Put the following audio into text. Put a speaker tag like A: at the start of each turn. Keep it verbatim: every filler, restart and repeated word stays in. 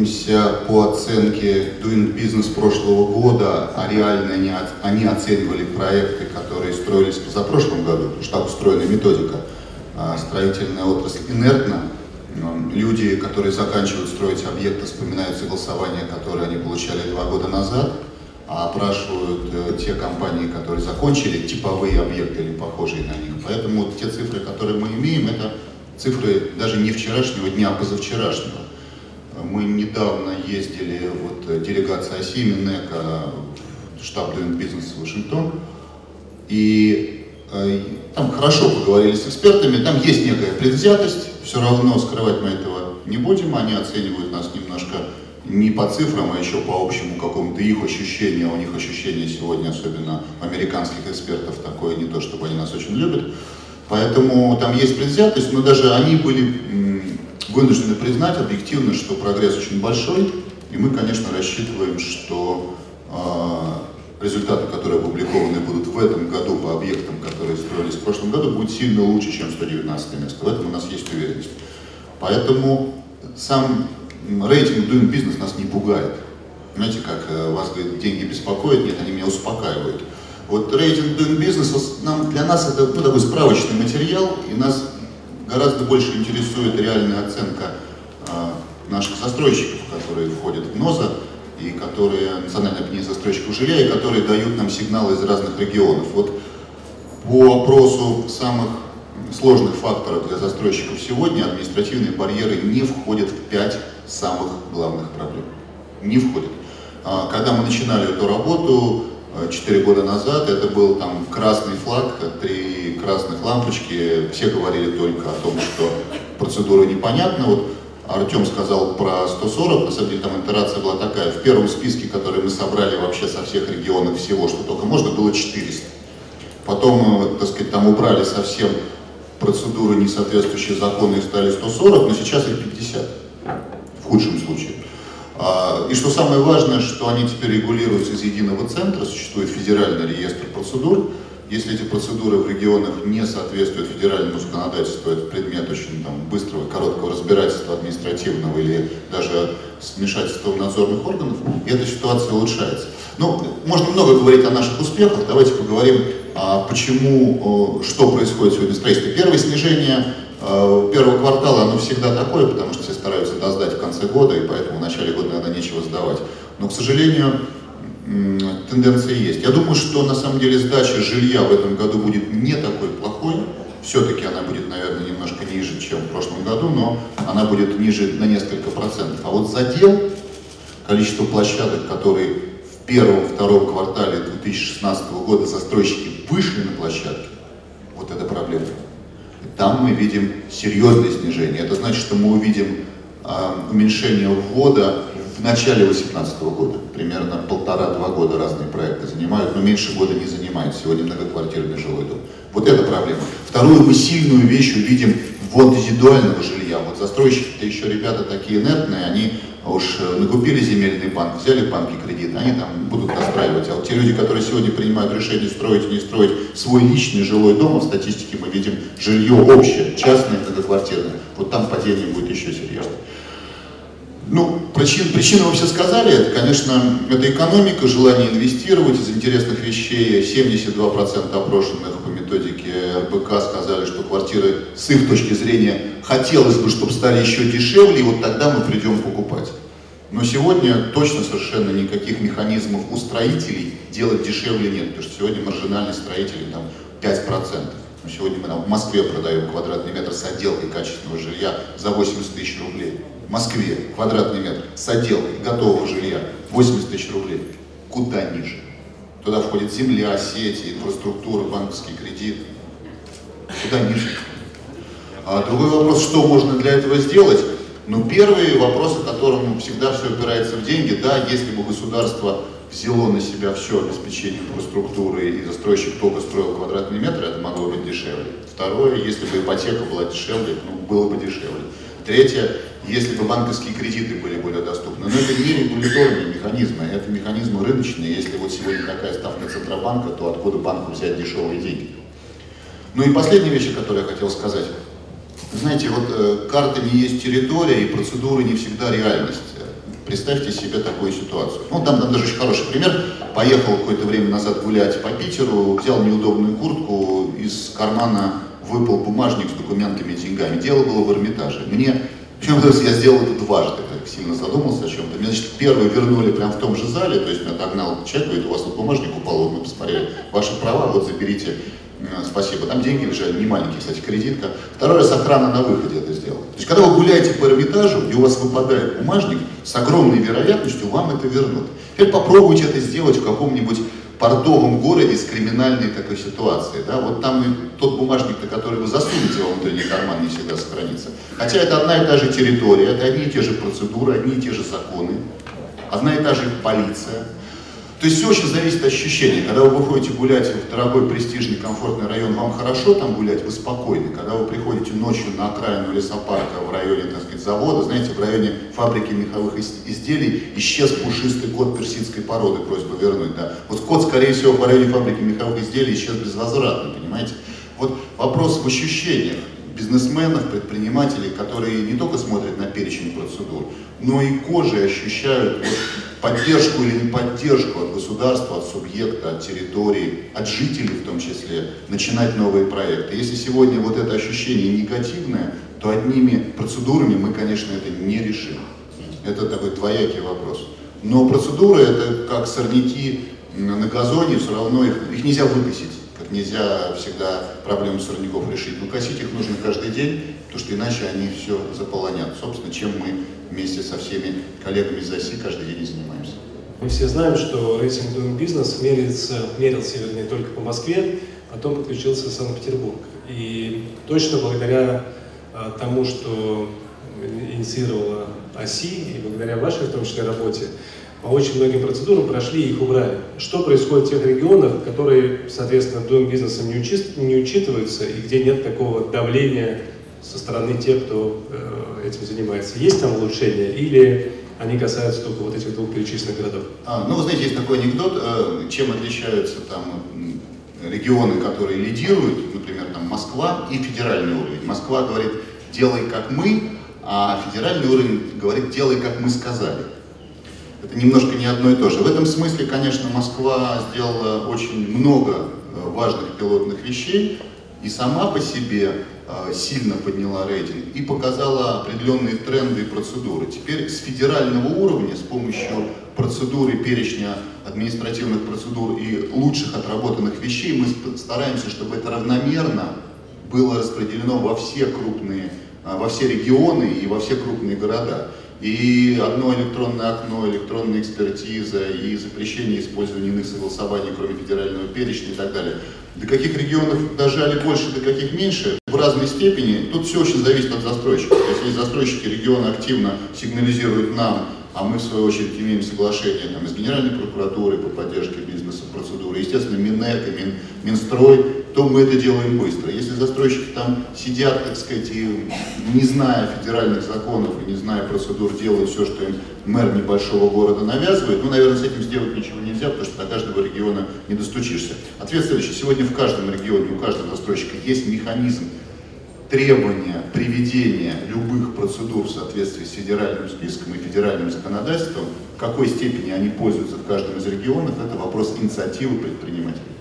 A: находимся по оценке Doing Business прошлого года, а реально они, они оценивали проекты, которые строились в позапрошлом году, потому что так устроена методика. Строительная отрасль инертна. Люди, которые заканчивают строить объекты, вспоминают согласования, которые они получали два года назад, а опрашивают те компании, которые закончили типовые объекты или похожие на них. Поэтому те цифры, которые мы имеем, это цифры даже не вчерашнего дня, а позавчерашнего. Мы недавно ездили, вот делегация ОСИ, Минэка, штаб Doing Business в Вашингтон, и э, там хорошо поговорили с экспертами, там есть некая предвзятость, все равно скрывать мы этого не будем, они оценивают нас немножко не по цифрам, а еще по общему какому-то их ощущению, у них ощущение сегодня, особенно американских экспертов, такое не то, чтобы они нас очень любят. Поэтому там есть предвзятость, но даже они были вынуждены признать объективно, что прогресс очень большой, и мы, конечно, рассчитываем, что э, результаты, которые опубликованы будут в этом году по объектам, которые строились в прошлом году, будут сильно лучше, чем сто девятнадцатое место. В этом у нас есть уверенность. Поэтому сам рейтинг Doing Business нас не пугает. Знаете, как э, вас, говорит, деньги беспокоят? Нет, они меня успокаивают. Вот рейтинг Doing Business нам, для нас это ну, такой справочный материал, и нас гораздо больше интересует реальная оценка э, наших застройщиков, которые входят в НОЗА, и которые, национальное объединение застройщиков жилья, и которые дают нам сигналы из разных регионов. Вот по опросу самых сложных факторов для застройщиков сегодня административные барьеры не входят в пять самых главных проблем. Не входят. А, когда мы начинали эту работу, Четыре года назад это был там красный флаг, три красных лампочки, все говорили только о том, что процедура непонятна. Вот Артем сказал про сто сорок, на самом деле там итерация была такая, в первом списке, который мы собрали вообще со всех регионов всего, что только можно, было четыреста. Потом, так сказать, там убрали совсем процедуры, не соответствующие закону, и стали сто сорок, но сейчас их пятьдесят, в худшем случае. И что самое важное, что они теперь регулируются из единого центра, существует федеральный реестр процедур. Если эти процедуры в регионах не соответствуют федеральному законодательству, это предмет очень там, быстрого, короткого разбирательства административного или даже вмешательства надзорных органов, и эта ситуация улучшается. Ну, можно много говорить о наших успехах, давайте поговорим, а почему, что происходит сегодня в строительстве. Первое снижение первого квартала, оно всегда такое, потому что все стараются доздать в конце года, и поэтому в начале года, наверное, нечего сдавать. Но, к сожалению, тенденция есть. Я думаю, что на самом деле сдача жилья в этом году будет не такой плохой. Все-таки она будет, наверное, немножко ниже, чем в прошлом году, но она будет ниже на несколько процентов. А вот задел, количество площадок, которые в первом-втором квартале две тысячи шестнадцатого года застройщики вышли на площадки, вот это проблема. Там мы видим серьезное снижение. Это значит, что мы увидим э, уменьшение ввода в начале две тысячи восемнадцатого года. Примерно полтора-два года разные проекты занимают, но меньше года не занимают. Сегодня многоквартирный жилой дом. Вот это проблема. Вторую мы сильную вещь увидим ввод индивидуального жилья. Вот застройщики-то еще ребята такие инертные, они уж накупили земельный банк, взяли в банке кредит, они там будут достраивать. А вот те люди, которые сегодня принимают решение строить или не строить свой личный жилой дом, в статистике мы видим жилье общее, частное, многоквартирное. Вот там падение будет еще серьезное. Ну, причин, причины вы все сказали, это, конечно, это экономика, желание инвестировать из интересных вещей. семьдесят два процента опрошенных по методике эр бэ ка сказали, что квартиры с их точки зрения хотелось бы, чтобы стали еще дешевле, и вот тогда мы придем покупать. Но сегодня точно совершенно никаких механизмов у строителей делать дешевле нет, потому что сегодня маржинальный строитель там пять процентов. Но сегодня мы там, в Москве продаем квадратный метр с отделкой качественного жилья за восемьдесят тысяч рублей. В Москве квадратный метр с отделкой готового жилья восемьдесят тысяч рублей. Куда ниже? Туда входит земля, сети, инфраструктура, банковский кредит. Куда ниже? А другой вопрос, что можно для этого сделать? Ну, первый вопрос, о котором всегда все опирается в деньги. Да, если бы государство взяло на себя все обеспечение инфраструктуры и застройщик только строил квадратные метры, это могло быть дешевле. Второе, если бы ипотека была дешевле, ну, было бы дешевле. Третье, если бы банковские кредиты были более доступны. Но это не регуляторные механизмы, это механизмы рыночные. Если вот сегодня такая ставка Центробанка, то откуда банку взять дешевые деньги? Ну и последняя вещь, которую я хотел сказать. Знаете, вот э, карта не есть территория, и процедуры не всегда реальность. представьте себе такую ситуацию. Ну, дам, дам даже очень хороший пример. Поехал какое-то время назад гулять по Питеру, взял неудобную куртку, из кармана выпал бумажник с документами и деньгами. Дело было в Эрмитаже. Мне, причем я сделал это дважды, так сильно задумался о чем-то. Мне, значит, первый вернули прямо в том же зале, то есть меня отогнал человек, говорит, у вас тут бумажник упал, вот мы посмотрели, ваши права, вот заберите. Спасибо. Там деньги лежали, не маленькие, кстати, кредитка. Второй раз охрана на выходе это сделала. То есть, когда вы гуляете по Эрмитажу, и у вас выпадает бумажник, с огромной вероятностью вам это вернут. Теперь попробуйте это сделать в каком-нибудь портовом городе с криминальной такой ситуацией. Да? Вот там и тот бумажник, который вы засунете во внутренний карман, не всегда сохранится. Хотя это одна и та же территория, это одни и те же процедуры, одни и те же законы, одна и та же полиция. То есть все очень зависит от ощущения. Когда вы выходите гулять в дорогой, престижный, комфортный район, вам хорошо там гулять, вы спокойны. Когда вы приходите ночью на окраину лесопарка в районе, так сказать, завода, знаете, в районе фабрики меховых изделий исчез пушистый кот персидской породы, просьба вернуть. Да. Вот кот, скорее всего, в районе фабрики меховых изделий исчез безвозвратно, понимаете? Вот вопрос в ощущениях бизнесменов, предпринимателей, которые не только смотрят на перечень процедур, но и кожей ощущают вот поддержку или не поддержку от государства, от субъекта, от территории, от жителей в том числе, начинать новые проекты. Если сегодня вот это ощущение негативное, то одними процедурами мы, конечно, это не решим. Это такой двоякий вопрос. Но процедуры, это как сорняки на газоне, все равно их, их нельзя выкосить. Как нельзя всегда проблему сорняков решить. Но косить их нужно каждый день, потому что иначе они все заполонят. Собственно, чем мы вместе со всеми коллегами из ОСИ каждый день и занимаемся.
B: Мы все знаем, что рейтинг Doing Business мерится, мерился не только по Москве, потом подключился Санкт-Петербург. И точно благодаря а, тому, что инициировала ОСИ, и благодаря вашей, в том числе, работе, по очень многим процедурам прошли и их убрали. Что происходит в тех регионах, которые, соответственно, Doing Business не, учи, не учитываются, и где нет такого давления со стороны тех, кто э, этим занимается? Есть там улучшения или они касаются только вот этих двух перечисленных городов?
A: А, ну, вы знаете, есть такой анекдот, э, чем отличаются там регионы, которые лидируют, например, там Москва и федеральный уровень. Москва говорит, делай как мы, а федеральный уровень говорит, делай как мы сказали. Это немножко не одно и то же. В этом смысле, конечно, Москва сделала очень много важных пилотных вещей и сама по себе сильно подняла рейтинг и показала определенные тренды и процедуры. Теперь с федерального уровня, с помощью процедуры, перечня административных процедур и лучших отработанных вещей, мы стараемся, чтобы это равномерно было распределено во все крупные, во все регионы и во все крупные города. И одно электронное окно, электронная экспертиза и запрещение использования иных согласований, кроме федерального перечня и так далее. До каких регионов дожали больше, до каких меньше, в разной степени. Тут все очень зависит от застройщика. То есть, если застройщики региона активно сигнализируют нам, а мы в свою очередь имеем соглашение там, с Генеральной прокуратурой по поддержке бизнеса, процедуры, естественно, Минэко, Мин, Минстрой, то мы это делаем быстро. Если застройщики там сидят, так сказать, и не зная федеральных законов и не зная процедур, делают все, что им мэр небольшого города навязывает, ну, наверное, с этим сделать ничего нельзя, потому что до каждого региона не достучишься. Ответ следующий. Сегодня в каждом регионе, у каждого застройщика есть механизм требования приведения любых процедур в соответствии с федеральным списком и федеральным законодательством. В какой степени они пользуются в каждом из регионов, это вопрос инициативы предпринимателей.